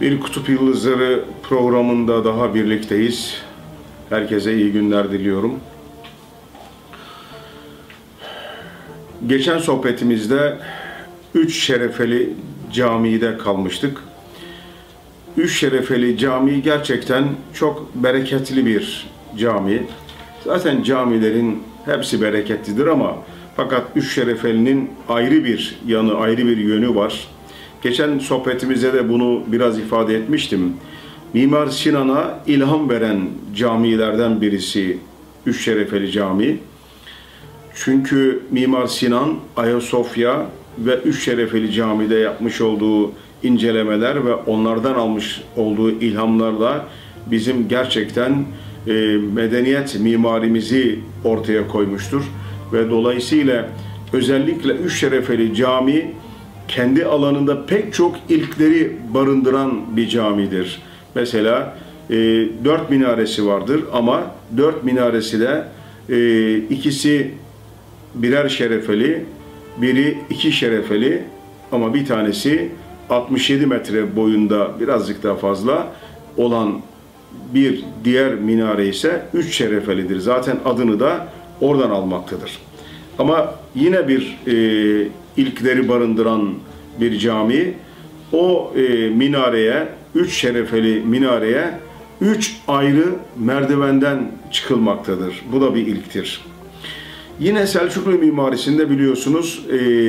Bir Kutup Yıldızları programında daha birlikteyiz. Herkese iyi günler diliyorum. Geçen sohbetimizde Üç Şerefeli Camii'de kalmıştık. Üç Şerefeli Camii gerçekten çok bereketli bir cami. Zaten camilerin hepsi bereketlidir ama fakat Üç Şerefeli'nin ayrı bir yanı, ayrı bir yönü var. Geçen sohbetimizde de bunu biraz ifade etmiştim. Mimar Sinan'a ilham veren camilerden birisi Üç Şerefeli Camii. Çünkü Mimar Sinan, Ayasofya ve Üç Şerefeli Camii'de yapmış olduğu incelemeler ve onlardan almış olduğu ilhamlarla bizim gerçekten medeniyet mimarimizi ortaya koymuştur. Ve dolayısıyla özellikle Üç Şerefeli Camii kendi alanında pek çok ilkleri barındıran bir camidir. Mesela 4 minaresi vardır ama 4 minaresi de ikisi birer şerefeli, biri 2 şerefeli ama bir tanesi 67 metre boyunda birazcık daha fazla olan bir diğer minare ise 3 şerefelidir. Zaten adını da oradan almaktadır. Ama yine bir ilkleri barındıran bir cami, o minareye, 3 şerefeli minareye 3 ayrı merdivenden çıkılmaktadır. Bu da bir ilktir. Yine Selçuklu mimarisinde biliyorsunuz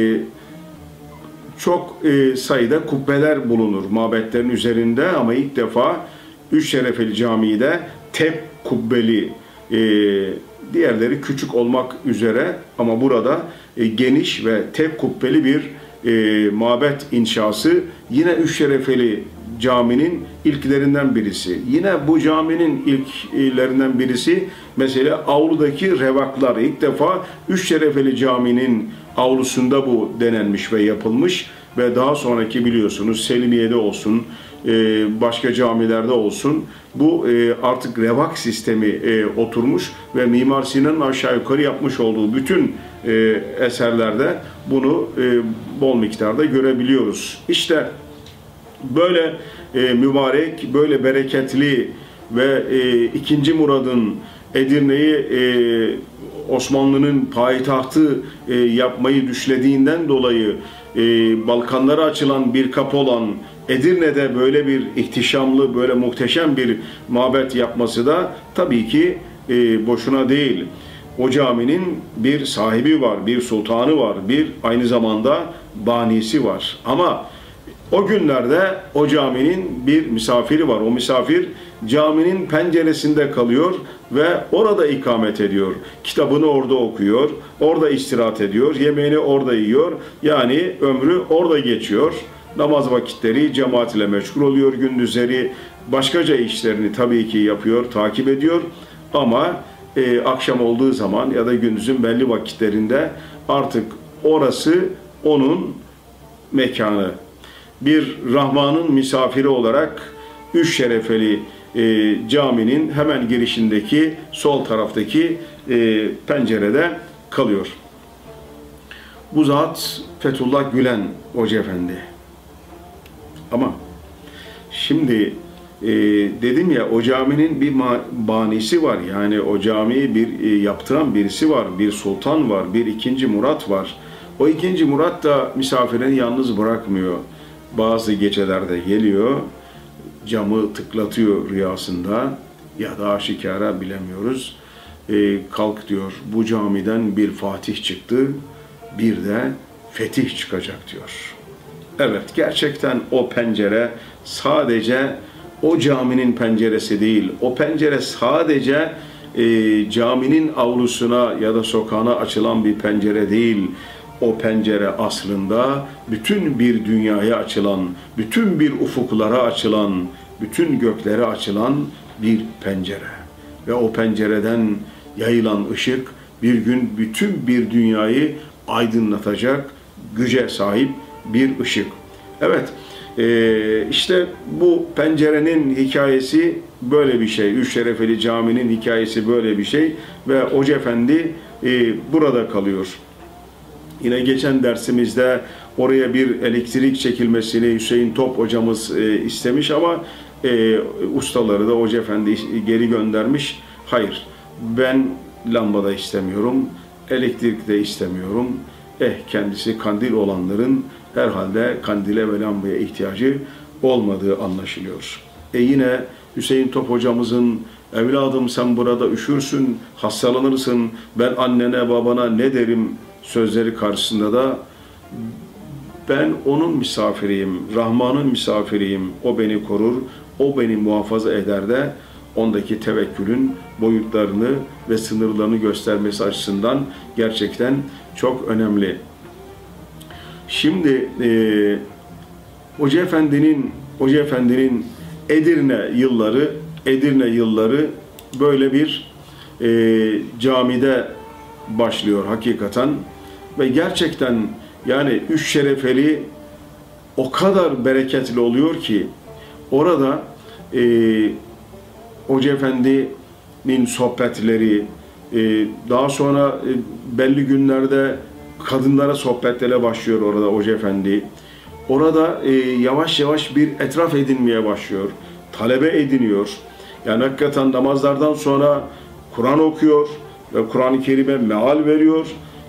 çok sayıda kubbeler bulunur mabetlerin üzerinde ama ilk defa Üç Şerefeli Camii'de tek kubbeli, diğerleri küçük olmak üzere ama burada geniş ve tek kubbeli bir mabet inşası yine Üç Şerefeli Camii'nin ilklerinden birisi. Yine bu caminin ilklerinden birisi mesela avludaki revaklar. İlk defa Üç Şerefeli Camii'nin avlusunda bu denenmiş ve yapılmış ve daha sonraki biliyorsunuz Selimiye'de olsun, başka camilerde olsun bu artık revak sistemi oturmuş ve Mimar Sinan'ın aşağı yukarı yapmış olduğu bütün eserlerde bunu bol miktarda görebiliyoruz. İşte böyle mübarek, böyle bereketli ve II. Murad'ın Edirne'yi Osmanlı'nın payitahtı yapmayı düşlediğinden dolayı Balkanlara açılan bir kapı olan Edirne'de böyle bir ihtişamlı, böyle muhteşem bir mabet yapması da tabii ki boşuna değil. O caminin bir sahibi var, bir sultanı var, bir aynı zamanda banisi var. Ama o günlerde o caminin bir misafiri var. O misafir caminin penceresinde kalıyor ve orada ikamet ediyor. Kitabını orada okuyor, orada istirahat ediyor, yemeğini orada yiyor. Yani ömrü orada geçiyor. Namaz vakitleri cemaat ile meşgul oluyor. Gündüzleri başkaca işlerini tabii ki yapıyor, takip ediyor. Ama akşam olduğu zaman ya da gündüzün belli vakitlerinde artık orası onun mekanı. Bir Rahman'ın misafiri olarak Üç Şerefeli caminin hemen girişindeki sol taraftaki pencerede kalıyor. Bu zat Fethullah Gülen Hoca Efendi. Ama şimdi dedim ya o caminin bir banisi var. Yani o camiyi bir yaptıran birisi var. Bir sultan var. Bir II. Murat var. O II. Murat da misafirini yalnız bırakmıyor. Bazı gecelerde geliyor, camı tıklatıyor rüyasında ya da aşikara bilemiyoruz. Kalk diyor, bu camiden bir fatih çıktı, bir de fetih çıkacak diyor. Evet, gerçekten o pencere sadece o caminin penceresi değil, o pencere sadece caminin avlusuna ya da sokağına açılan bir pencere değil. O pencere aslında bütün bir dünyaya açılan, bütün bir ufuklara açılan, bütün göklere açılan bir pencere. Ve o pencereden yayılan ışık bir gün bütün bir dünyayı aydınlatacak güce sahip bir ışık. Evet, işte bu pencerenin hikayesi böyle bir şey. Üç Şerefeli Camii'nin hikayesi böyle bir şey. Ve Hoca Efendi burada kalıyor. Yine geçen dersimizde oraya bir elektrik çekilmesini Hüseyin Top hocamız istemiş ama ustaları da Hoca Efendi geri göndermiş. Hayır, ben lambada istemiyorum, elektrik de istemiyorum. Kendisi kandil olanların herhalde kandile ve lambaya ihtiyacı olmadığı anlaşılıyor. Yine Hüseyin Top hocamızın evladım sen burada üşürsün, hastalanırsın, ben annene babana ne derim sözleri karşısında da ben onun misafiriyim, Rahman'ın misafiriyim, o beni korur, o beni muhafaza eder de ondaki tevekkülün boyutlarını ve sınırlarını göstermesi açısından gerçekten çok önemli. Şimdi Hoca Efendi'nin Edirne yılları böyle bir camide başlıyor hakikaten ve gerçekten yani Üç Şerefeli o kadar bereketli oluyor ki orada Hoca Efendi'nin sohbetleri, daha sonra belli günlerde kadınlara sohbetlere başlıyor orada Hoca Efendi. Orada yavaş yavaş bir etraf edinmeye başlıyor, talebe ediniyor. Yani hakikaten namazlardan sonra Kur'an okuyor ve Kur'an-ı Kerim'e meal veriyor.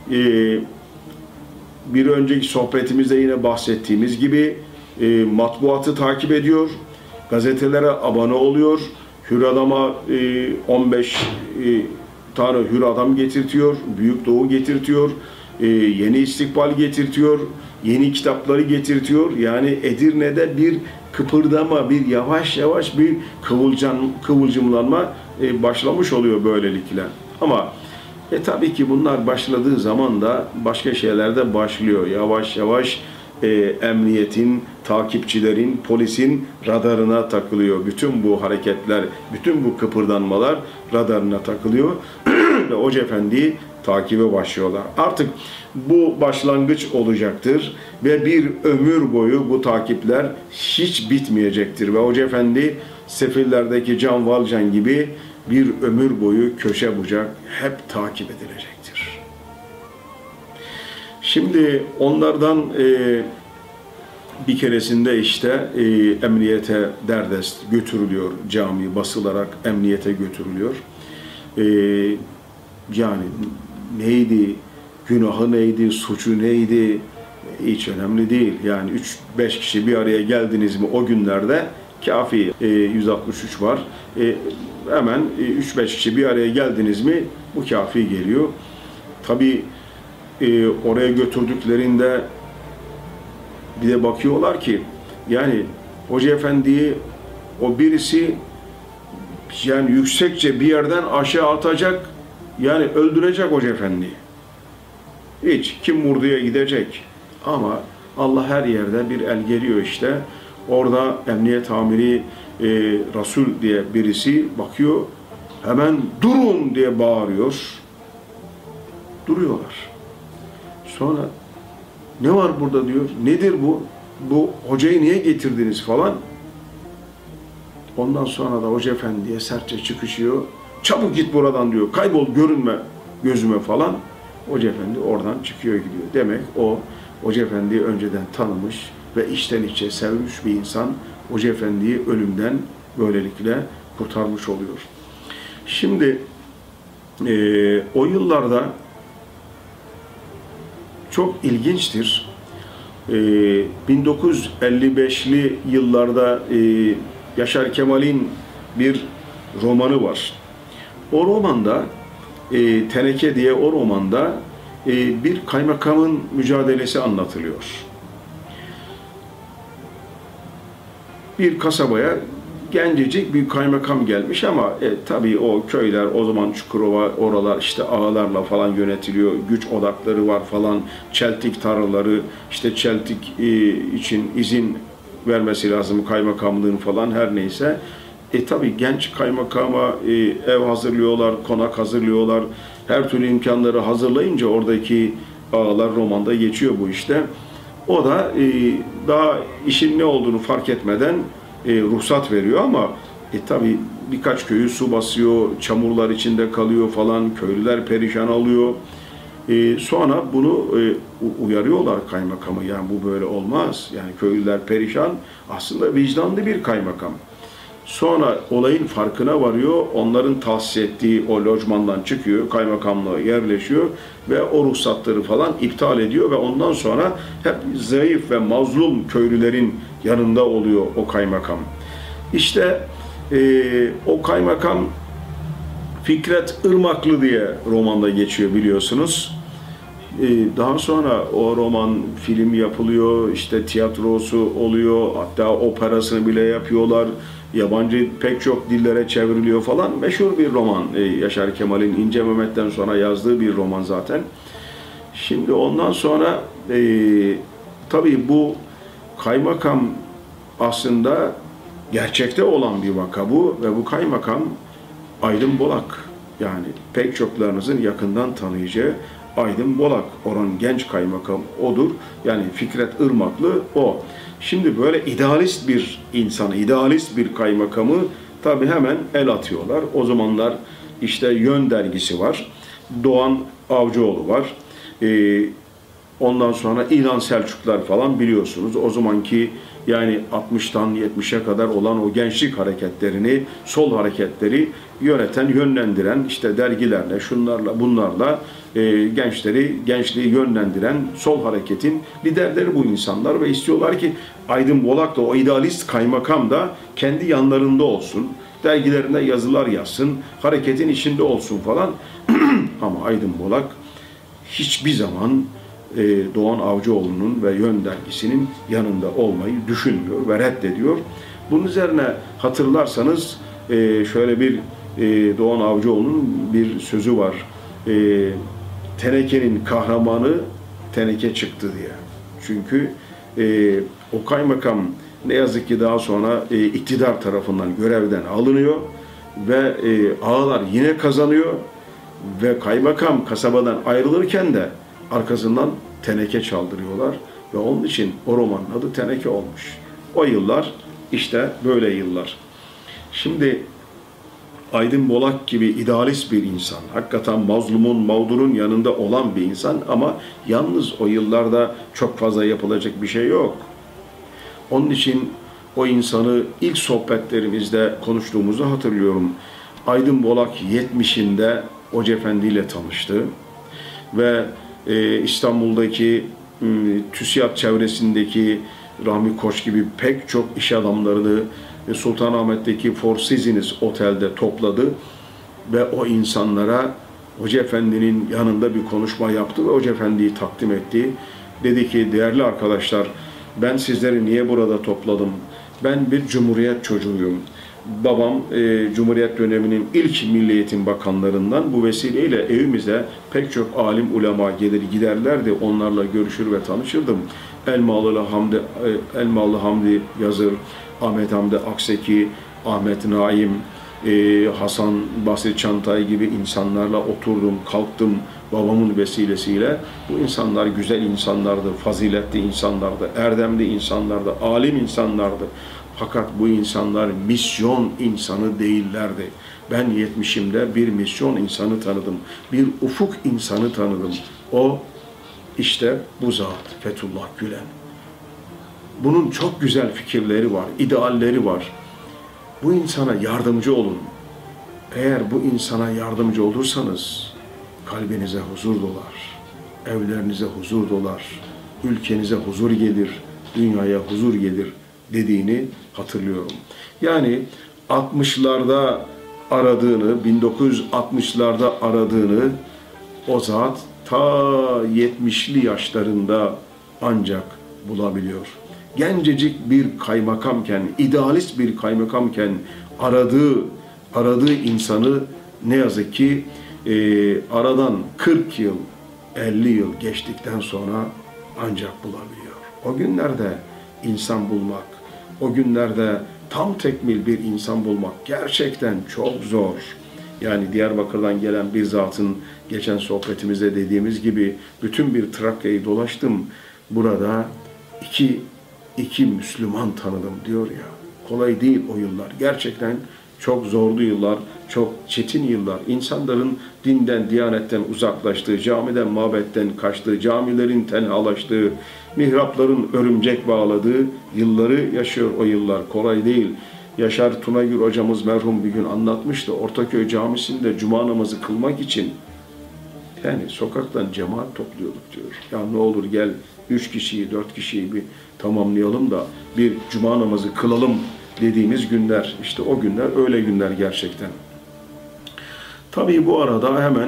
Bir önceki sohbetimizde yine bahsettiğimiz gibi matbuatı takip ediyor, gazetelere abone oluyor, Hür Adam'a 15 tane Hür Adam getirtiyor, Büyük Doğu getirtiyor, Yeni İstikbal getirtiyor, yeni kitapları getirtiyor. Yani Edirne'de bir kıpırdama, bir yavaş yavaş bir kıvılcımlanma başlamış oluyor böylelikle. Ama tabii ki bunlar başladığı zaman da başka şeyler de başlıyor. Yavaş yavaş emniyetin, takipçilerin, polisin radarına takılıyor. Bütün bu hareketler, bütün bu kıpırdanmalar radarına takılıyor ve Hoca Efendi'yi takibe başlıyorlar. Artık bu başlangıç olacaktır ve bir ömür boyu bu takipler hiç bitmeyecektir ve Hoca Efendi Sefillerdeki Can Valcan gibi bir ömür boyu köşe bucak hep takip edilecektir. Şimdi onlardan bir keresinde işte emniyete derdest götürülüyor, cami basılarak emniyete götürülüyor. Yani neydi, günahı neydi, suçu neydi hiç önemli değil. Yani 3-5 kişi bir araya geldiniz mi o günlerde kafi. 163 var. Hemen 3-5 kişi bir araya geldiniz mi bu kafi geliyor. Tabii oraya götürdüklerinde bir de bakıyorlar ki yani Hoca Efendi'yi o birisi yani yüksekçe bir yerden aşağı atacak, yani öldürecek Hoca Efendi'yi. Hiç kim vurduya gidecek. Ama Allah her yerde bir el geliyor işte. Orada emniyet amiri Resul diye birisi bakıyor. Hemen durun diye bağırıyor. Duruyorlar. Sonra ne var burada diyor. Nedir bu? Bu hocayı niye getirdiniz falan. Ondan sonra da Hoca Efendi'ye sertçe çıkışıyor. Çabuk git buradan diyor. Kaybol, görünme gözüme falan. Hoca Efendi oradan çıkıyor gidiyor. Demek o Hoca Efendi'yi önceden tanımış ve içten içe sevmiş bir insan Hoca Efendi'yi ölümden böylelikle kurtarmış oluyor. Şimdi o yıllarda çok ilginçtir. 1955'li yıllarda Yaşar Kemal'in bir romanı var. O romanda Teneke diye o romanda bir kaymakamın mücadelesi anlatılıyor. Bir kasabaya gencecik bir kaymakam gelmiş ama tabii o köyler o zaman Çukurova, oralar işte ağalarla falan yönetiliyor. Güç odakları var falan. Çeltik tarlaları, işte çeltik için izin vermesi lazım kaymakamlığın falan, her neyse. Tabii genç kaymakama ev hazırlıyorlar, konak hazırlıyorlar. Her türlü imkanları hazırlayınca oradaki ağalar romanda geçiyor bu işte. O da daha işin ne olduğunu fark etmeden ruhsat veriyor ama tabii birkaç köyü su basıyor, çamurlar içinde kalıyor falan, köylüler perişan oluyor. Sonra bunu uyarıyorlar kaymakamı. Yani bu böyle olmaz. Yani köylüler perişan. Aslında vicdanlı bir kaymakam. Sonra olayın farkına varıyor. Onların tahsis ettiği o lojmandan çıkıyor. Kaymakamlığa yerleşiyor. Ve o ruhsatları falan iptal ediyor. Ve ondan sonra hep zayıf ve mazlum köylülerin yanında oluyor o kaymakam. İşte o kaymakam Fikret Irmaklı diye romanda geçiyor biliyorsunuz. Daha sonra o roman film yapılıyor, işte tiyatrosu oluyor, hatta operasını bile yapıyorlar. Yabancı pek çok dillere çevriliyor falan. Meşhur bir roman. Yaşar Kemal'in İnce Mehmet'ten sonra yazdığı bir roman zaten. Şimdi ondan sonra tabii bu kaymakam aslında gerçekte olan bir vaka bu ve bu kaymakam Aydın Bolak. Yani pek çoklarınızın yakından tanıyacağı Aydın Bolak. Oranın genç kaymakam odur. Yani Fikret Irmaklı o. Şimdi böyle idealist bir insanı, idealist bir kaymakamı tabii hemen el atıyorlar. O zamanlar işte Yön dergisi var. Doğan Avcıoğlu var. Ondan sonra İlhan Selçuklar falan biliyorsunuz. O zamanki yani 60'tan 70'e kadar olan o gençlik hareketlerini, sol hareketleri yöneten, yönlendiren işte dergilerle, şunlarla, bunlarla gençliği yönlendiren sol hareketin liderleri bu insanlar ve istiyorlar ki Aydın Bolak da o idealist kaymakam da kendi yanlarında olsun, dergilerinde yazılar yazsın, hareketin içinde olsun falan. Ama Aydın Bolak hiçbir zaman Doğan Avcıoğlu'nun ve Yön dergisinin yanında olmayı düşünmüyor ve reddediyor. Bunun üzerine hatırlarsanız şöyle bir Doğan Avcıoğlu'nun bir sözü var. Tenekenin kahramanı teneke çıktı diye. Çünkü o kaymakam ne yazık ki daha sonra iktidar tarafından görevden alınıyor ve ağalar yine kazanıyor ve kaymakam kasabadan ayrılırken de arkasından teneke çaldırıyorlar ve onun için o romanın adı Teneke olmuş. O yıllar işte böyle yıllar. Şimdi Aydın Bolak gibi idealist bir insan, hakikaten mazlumun, mağdurun yanında olan bir insan ama yalnız o yıllarda çok fazla yapılacak bir şey yok. Onun için o insanı ilk sohbetlerimizde konuştuğumuzu hatırlıyorum. Aydın Bolak 70'inde Hoca Efendi ile tanıştı ve İstanbul'daki TÜSİAD çevresindeki Rahmi Koç gibi pek çok iş adamlarını Sultanahmet'teki Four Seasons Otel'de topladı ve o insanlara Hoca Efendi'nin yanında bir konuşma yaptı ve Hoca Efendi'yi takdim etti. Dedi ki değerli arkadaşlar ben sizleri niye burada topladım? Ben bir Cumhuriyet çocuğuyum. Babam Cumhuriyet döneminin ilk Milli Eğitim Bakanlarından, bu vesileyle evimize pek çok alim ulema gelir giderlerdi. Onlarla görüşür ve tanışırdım. Elmalı Hamdi Yazır, Ahmet Hamdi Akseki, Ahmet Naim, Hasan Basri Çantay gibi insanlarla oturdum, kalktım babamın vesilesiyle. Bu insanlar güzel insanlardı, faziletli insanlardı, erdemli insanlardı, alim insanlardı. Fakat bu insanlar misyon insanı değillerdi. Ben 70'imde bir misyon insanı tanıdım. Bir ufuk insanı tanıdım. O işte bu zat Fethullah Gülen. Bunun çok güzel fikirleri var, idealleri var. Bu insana yardımcı olun. Eğer bu insana yardımcı olursanız kalbinize huzur dolar, evlerinize huzur dolar, ülkenize huzur gelir, dünyaya huzur gelir dediğini hatırlıyorum. Yani 60'larda aradığını, 1960'larda aradığını o zat ta 70'li yaşlarında ancak bulabiliyor. Gencecik bir kaymakamken, idealist bir kaymakamken aradığı insanı ne yazık ki aradan 40 yıl, 50 yıl geçtikten sonra ancak bulabiliyor. O günlerde insan bulmak, o günlerde tam tekmil bir insan bulmak gerçekten çok zor. Yani Diyarbakır'dan gelen bir zatın geçen sohbetimizde dediğimiz gibi bütün bir Trakya'yı dolaştım. Burada iki Müslüman tanıdım diyor ya. Kolay değil o yıllar. Gerçekten Çok zorlu yıllar, çok çetin yıllar. İnsanların dinden, diyanetten uzaklaştığı, camiden, mabetten kaçtığı, camilerin tenhalaştığı, mihrapların örümcek bağladığı yılları yaşıyor o yıllar. Kolay değil. Yaşar Tunagür hocamız merhum bir gün anlatmıştı. Ortaköy Camisi'nde cuma namazı kılmak için yani sokaktan cemaat topluyorduk diyor. Ya ne olur gel 3 kişiyi, 4 kişiyi bir tamamlayalım da bir cuma namazı kılalım dediğimiz günler. İşte o günler öyle günler gerçekten. Tabii bu arada hemen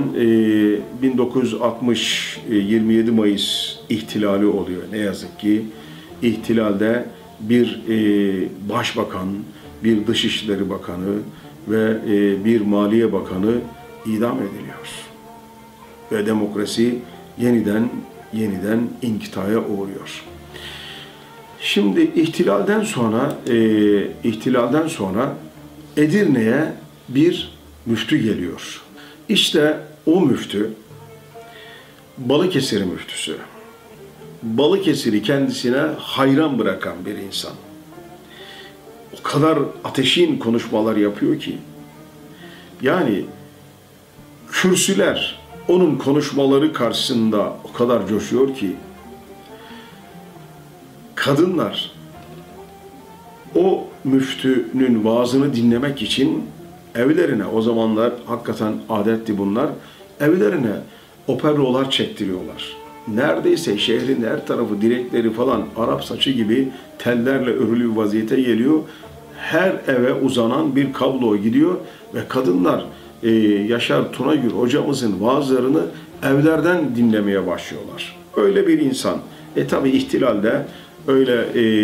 1960 27 Mayıs ihtilali oluyor. Ne yazık ki ihtilalde bir başbakan, bir Dışişleri Bakanı ve bir Maliye Bakanı idam ediliyor. Ve demokrasi yeniden inkitaya uğruyor. Şimdi ihtilalden sonra Edirne'ye bir müftü geliyor. İşte o müftü Balıkesir müftüsü. Balıkesir'i kendisine hayran bırakan bir insan. O kadar ateşin konuşmalar yapıyor ki. Yani kürsüler onun konuşmaları karşısında o kadar coşuyor ki kadınlar o müftünün vaazını dinlemek için evlerine, o zamanlar hakikaten adetti bunlar, evlerine operolar çektiriyorlar. Neredeyse şehrin her tarafı, direkleri falan Arap saçı gibi tellerle örülü bir vaziyete geliyor. Her eve uzanan bir kablo gidiyor ve kadınlar Yaşar Tunagür hocamızın vaazlarını evlerden dinlemeye başlıyorlar. Öyle bir insan. Tabi ihtilalde öyle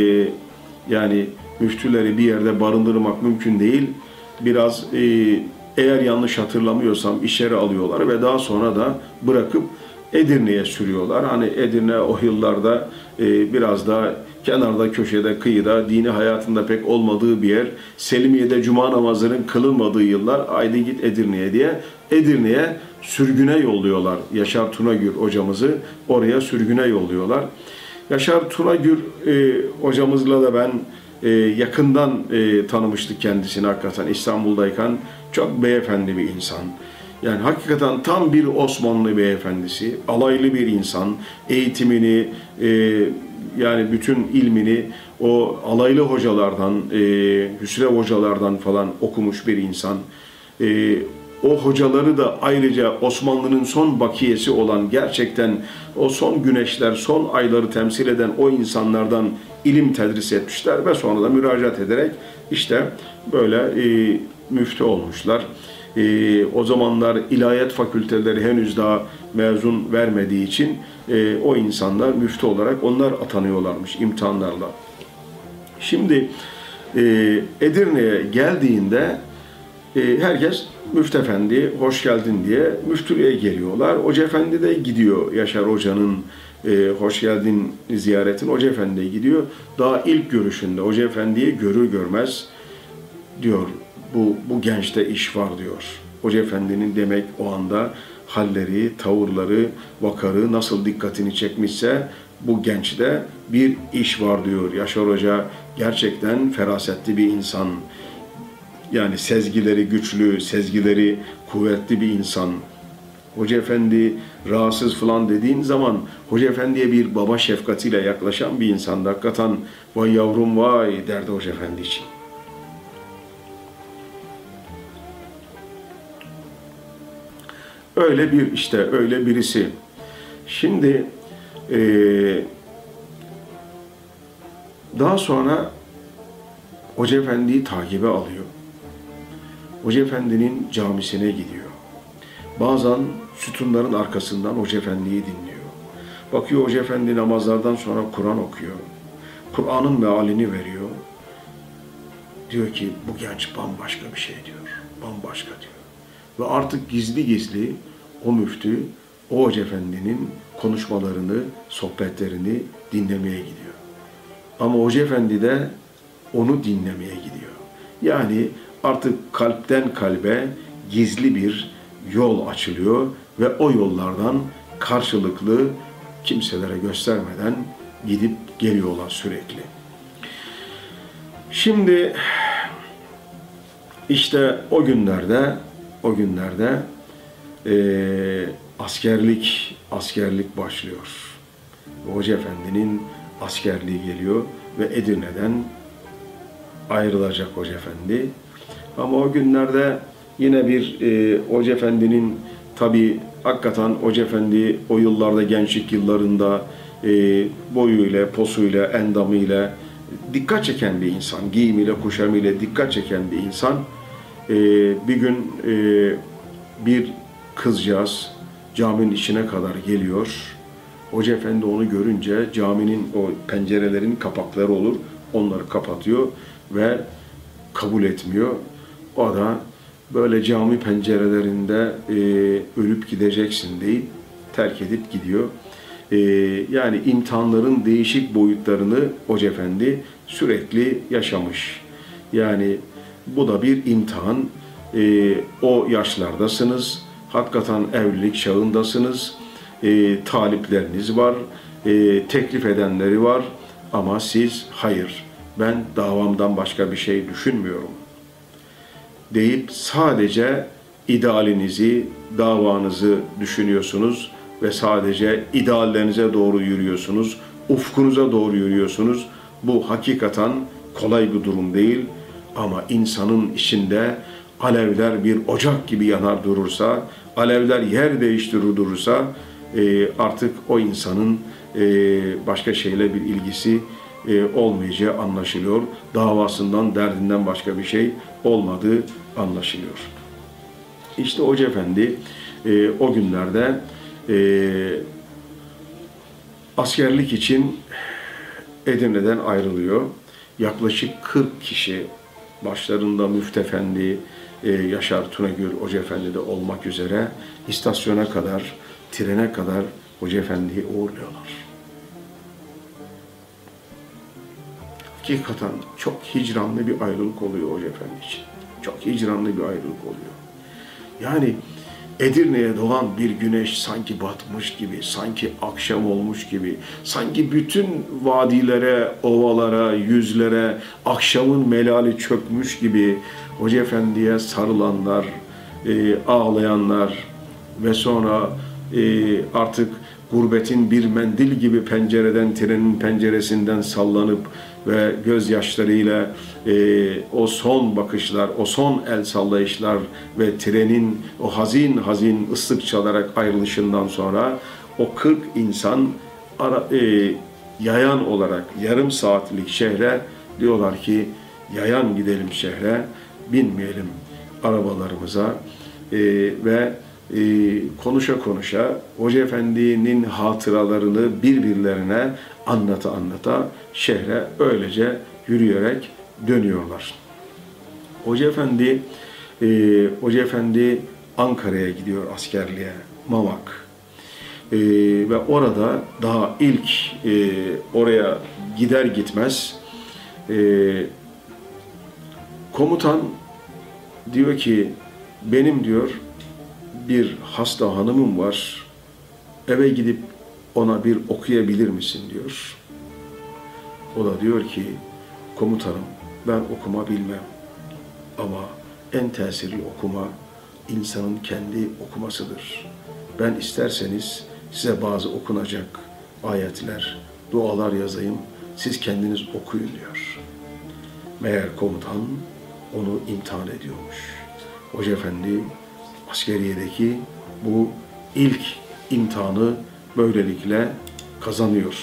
yani müftüleri bir yerde barındırmak mümkün değil. Biraz eğer yanlış hatırlamıyorsam içeri alıyorlar ve daha sonra da bırakıp Edirne'ye sürüyorlar. Hani Edirne o yıllarda biraz daha kenarda, köşede, kıyıda, dini hayatında pek olmadığı bir yer. Selimiye'de cuma namazının kılınmadığı yıllar, haydi git Edirne'ye diye Edirne'ye sürgüne yolluyorlar. Yaşar Tunagür hocamızı oraya sürgüne yolluyorlar. Yaşar Tunagür hocamızla da ben yakından tanımıştık kendisini hakikaten İstanbul'dayken. Çok beyefendi bir insan. Yani hakikaten tam bir Osmanlı beyefendisi, alaylı bir insan, eğitimini, yani bütün ilmini o alaylı hocalardan, Hüsrev hocalardan falan okumuş bir insan. O hocaları da ayrıca Osmanlı'nın son bakiyesi olan, gerçekten o son güneşler, son ayları temsil eden o insanlardan ilim tedris etmişler ve sonra da müracaat ederek işte böyle müftü olmuşlar. O zamanlar ilahiyat fakülteleri henüz daha mezun vermediği için o insanlar müftü olarak onlar atanıyorlarmış imtihanlarla. Şimdi Edirne'ye geldiğinde herkes Müftü Efendi hoş geldin diye müftülüğe geliyorlar. Hoca Efendi de gidiyor Yaşar Hoca'nın hoş geldin ziyaretine. Hoca Efendi'ye gidiyor. Daha ilk görüşünde Hoca Efendi'yi görür görmez diyor bu gençte iş var diyor. Hoca Efendi'nin demek o anda halleri, tavırları, vakarı nasıl dikkatini çekmişse bu gençte bir iş var diyor. Yaşar Hoca gerçekten ferasetli bir insan. Yani sezgileri güçlü, sezgileri kuvvetli bir insan. Hoca Efendi rahatsız falan dediğin zaman Hoca Efendi'ye bir baba şefkatiyle yaklaşan bir insan. Hakikaten vay yavrum vay derdi Hoca Efendi için. Öyle bir işte öyle birisi. Şimdi daha sonra Hoca Efendi'yi takibe alıyor. Hoca Efendi'nin camisine gidiyor. Bazen sütunların arkasından Hoca Efendi'yi dinliyor. Bakıyor Hoca Efendi namazlardan sonra Kur'an okuyor. Kur'an'ın mealini veriyor. Diyor ki bu genç bambaşka bir şey diyor. Bambaşka diyor. Ve artık gizli gizli o müftü, o Hoca Efendi'nin konuşmalarını, sohbetlerini dinlemeye gidiyor. Ama Hoca Efendi de onu dinlemeye gidiyor. Yani artık kalpten kalbe gizli bir yol açılıyor ve o yollardan karşılıklı kimselere göstermeden gidip geliyorlar sürekli. Şimdi İşte o günlerde askerlik başlıyor. Hoca Efendi'nin askerliği geliyor ve Edirne'den ayrılacak Hoca Efendi. Ama o günlerde yine bir Hoca Efendi'nin tabi hakikaten Hoca Efendi o yıllarda gençlik yıllarında boyuyla, posuyla, endamıyla dikkat çeken bir insan, giyimiyle, kuşamıyla dikkat çeken bir insan. Bir gün bir kızcağız caminin içine kadar geliyor. Hoca Efendi onu görünce caminin o pencerelerin kapakları olur, onları kapatıyor ve kabul etmiyor. O da böyle cami pencerelerinde ölüp gideceksin deyip terk edip gidiyor. Yani imtihanların değişik boyutlarını Hoca Efendi sürekli yaşamış. Yani bu da bir imtihan. O yaşlardasınız. Hakikaten evlilik çağındasınız. Talipleriniz var. Teklif edenleri var. Ama siz hayır, ben davamdan başka bir şey düşünmüyorum deyip sadece idealinizi, davanızı düşünüyorsunuz ve sadece ideallerinize doğru yürüyorsunuz, ufkunuza doğru yürüyorsunuz. Bu hakikaten kolay bir durum değil ama insanın içinde alevler bir ocak gibi yanar durursa, alevler yer değiştirir durursa artık o insanın başka şeyle bir ilgisi olmayacağı anlaşılıyor. Davasından, derdinden başka bir şey olmadığı anlaşılıyor. İşte Hoca Efendi o günlerde askerlik için Edirne'den ayrılıyor. Yaklaşık 40 kişi, başlarında Müftü Efendi, Yaşar Tunagül Hoca Efendi de olmak üzere istasyona kadar, trene kadar Hoca Efendi'yi uğurluyorlar. Hakikaten çok hicranlı bir ayrılık oluyor Hoca Efendi için. Çok hicranlı bir ayrılık oluyor. Yani Edirne'ye doğan bir güneş sanki batmış gibi, sanki akşam olmuş gibi, sanki bütün vadilere, ovalara, yüzlere akşamın melali çökmüş gibi Hoca Efendi'ye sarılanlar, ağlayanlar ve sonra artık gurbetin bir mendil gibi pencereden, trenin penceresinden sallanıp ve gözyaşlarıyla o son bakışlar, o son el sallayışlar ve trenin o hazin hazin ıslık çalarak ayrılışından sonra o 40 insan yayan olarak yarım saatlik şehre diyorlar ki yayan gidelim şehre, binmeyelim arabalarımıza ve konuşa konuşa Hoca Efendi'nin hatıralarını birbirlerine anlata şehre öylece yürüyerek dönüyorlar. Hoca Efendi Ankara'ya gidiyor askerliğe, Mamak. Ve orada daha ilk oraya gider gitmez komutan diyor ki benim diyor bir hasta hanımım var, eve gidip ona bir okuyabilir misin diyor. O da diyor ki komutanım ben okuma bilmem ama en tesirli okuma insanın kendi okumasıdır. Ben isterseniz size bazı okunacak ayetler, dualar yazayım, siz kendiniz okuyun diyor. Meğer komutan onu imtihan ediyormuş. Hoca Efendi askeriyedeki bu ilk imtihanı böylelikle kazanıyor.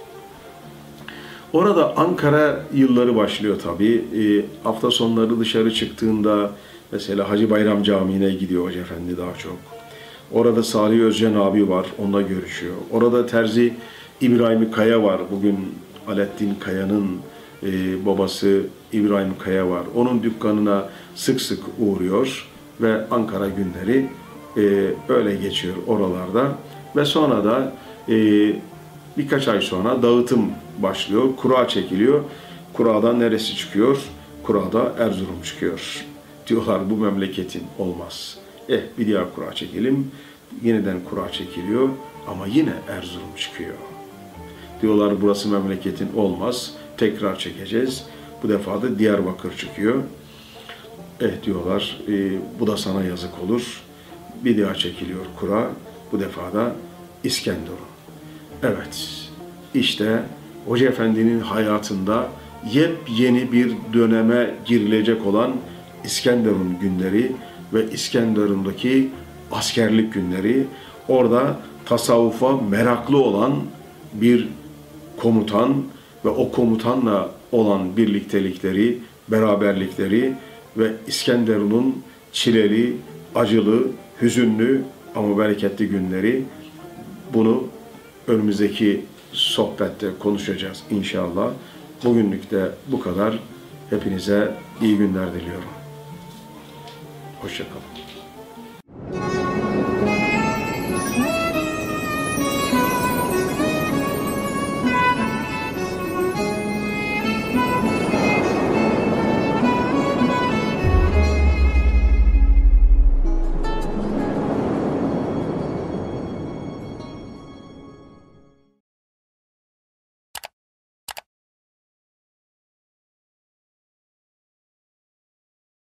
Orada Ankara yılları başlıyor tabii. Hafta sonları dışarı çıktığında mesela Hacı Bayram Camii'ne gidiyor Hoca Efendi daha çok. Orada Salih Özcan abi var, onunla görüşüyor. Orada terzi İbrahim Kaya var. Bugün Alaaddin Kaya'nın babası İbrahim Kaya var. Onun dükkanına sık sık uğruyor ve Ankara günleri öyle geçiyor oralarda. Ve sonra da birkaç ay sonra dağıtım başlıyor. Kura çekiliyor. Kura'dan neresi çıkıyor? Kura'da Erzurum çıkıyor. Diyorlar bu memleketin olmaz. Bir diğer kura çekelim. Yeniden kura çekiliyor ama yine Erzurum çıkıyor. Diyorlar burası memleketin olmaz. Tekrar çekeceğiz. Bu defa da Diyarbakır çıkıyor. diyorlar, bu da sana yazık olur. Bir daha çekiliyor kura. Bu defa da İskenderun. Evet, işte Hoca Efendi'nin hayatında yepyeni bir döneme girilecek olan İskenderun günleri ve İskenderun'daki askerlik günleri. Orada tasavvufa meraklı olan bir komutan ve o komutanla olan birliktelikleri, beraberlikleri ve İskenderun'un çileli, acılı, hüzünlü ama bereketli günleri, bunu önümüzdeki sohbette konuşacağız inşallah. Bugünlük de bu kadar. Hepinize iyi günler diliyorum. Hoşça kalın.